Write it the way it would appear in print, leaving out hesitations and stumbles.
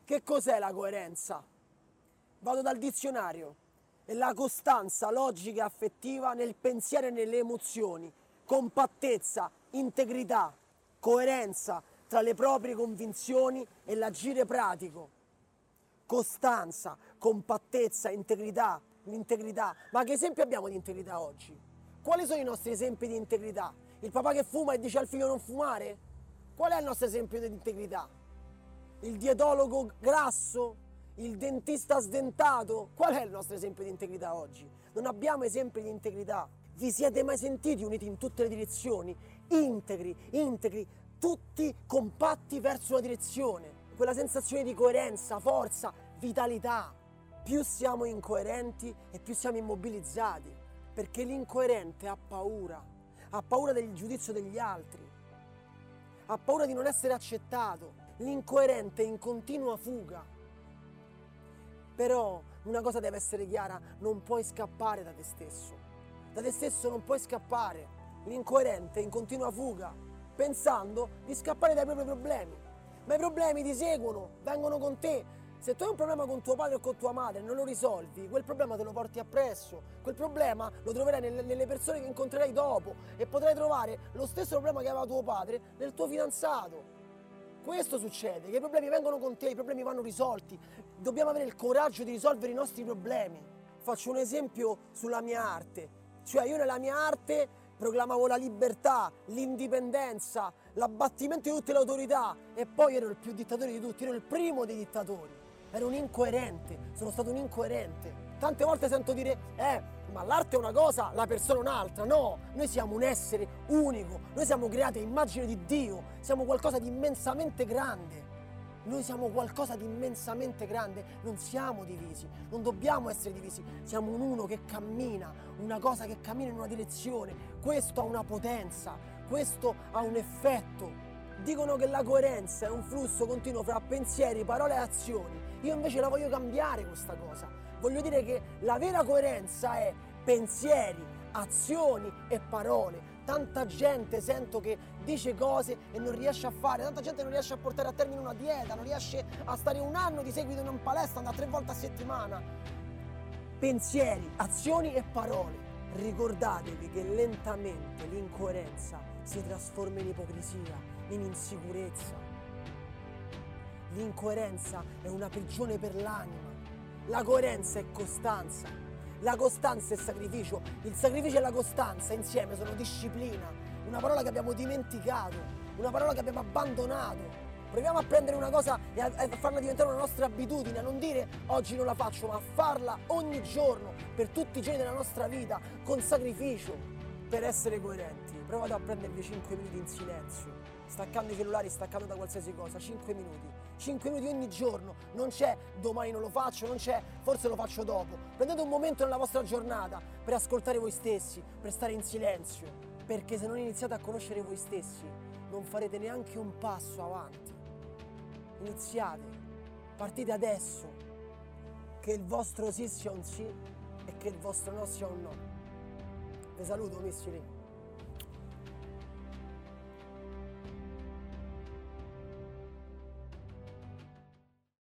Che cos'è la coerenza? Vado dal dizionario. È la costanza logica e affettiva nel pensiero e nelle emozioni, compattezza, integrità, coerenza tra le proprie convinzioni e l'agire pratico. Costanza, compattezza, integrità, l'integrità. Ma che esempi abbiamo di integrità oggi? Quali sono i nostri esempi di integrità? Il papà che fuma e dice al figlio non fumare? Qual è il nostro esempio di integrità? Il dietologo grasso? Il dentista sdentato? Qual è il nostro esempio di integrità oggi? Non abbiamo esempi di integrità. Vi siete mai sentiti uniti in tutte le direzioni? Integri, tutti compatti verso una direzione. Quella sensazione di coerenza, forza, vitalità. Più siamo incoerenti e più siamo immobilizzati, perché l'incoerente ha paura del giudizio degli altri, ha paura di non essere accettato. L'incoerente è in continua fuga. Però una cosa deve essere chiara: non puoi scappare da te stesso. Da te stesso non puoi scappare. L'incoerente è in continua fuga, pensando di scappare dai propri problemi. Ma i problemi ti seguono, vengono con te. Se tu hai un problema con tuo padre o con tua madre e non lo risolvi, quel problema te lo porti appresso. Quel problema lo troverai nelle persone che incontrerai dopo e potrai trovare lo stesso problema che aveva tuo padre nel tuo fidanzato. Questo succede, che i problemi vengono con te, i problemi vanno risolti. Dobbiamo avere il coraggio di risolvere i nostri problemi. Faccio un esempio sulla mia arte. Cioè io nella mia arte proclamavo la libertà, l'indipendenza, l'abbattimento di tutte le autorità e poi ero il più dittatore di tutti, ero il primo dei dittatori. Ero un incoerente, sono stato un incoerente. Tante volte sento dire, ma l'arte è una cosa, la persona è un'altra. No, noi siamo un essere unico, noi siamo creati a immagine di Dio, siamo qualcosa di immensamente grande. Noi siamo qualcosa di immensamente grande, non siamo divisi, non dobbiamo essere divisi, siamo un uno che cammina, una cosa che cammina in una direzione. Questo ha una potenza, questo ha un effetto. Dicono che la coerenza è un flusso continuo fra pensieri, parole e azioni. Io invece la voglio cambiare questa cosa. Voglio dire che la vera coerenza è pensieri, azioni e parole. Tanta gente sento che dice cose e non riesce a fare, tanta gente non riesce a portare a termine una dieta, non riesce a stare un anno di seguito in una palestra, andare 3 volte a settimana. Pensieri, azioni e parole. Ricordatevi che lentamente l'incoerenza si trasforma in ipocrisia, in insicurezza. L'incoerenza è una prigione per l'anima. La coerenza è costanza. La costanza è sacrificio. Il sacrificio e la costanza insieme sono disciplina. Una parola che abbiamo dimenticato, una parola che abbiamo abbandonato. Proviamo a prendere una cosa e a farla diventare una nostra abitudine, a non dire oggi non la faccio, ma a farla ogni giorno, per tutti i giorni della nostra vita, con sacrificio, per essere coerenti. Provate a prendervi 5 minuti in silenzio, staccando i cellulari, staccando da qualsiasi cosa, 5 minuti. 5 minuti ogni giorno, non c'è domani non lo faccio, non c'è forse lo faccio dopo. Prendete un momento nella vostra giornata per ascoltare voi stessi, per stare in silenzio, perché se non iniziate a conoscere voi stessi non farete neanche un passo avanti. Iniziate, partite adesso, che il vostro sì sia un sì e che il vostro no sia un no. Vi saluto, missili.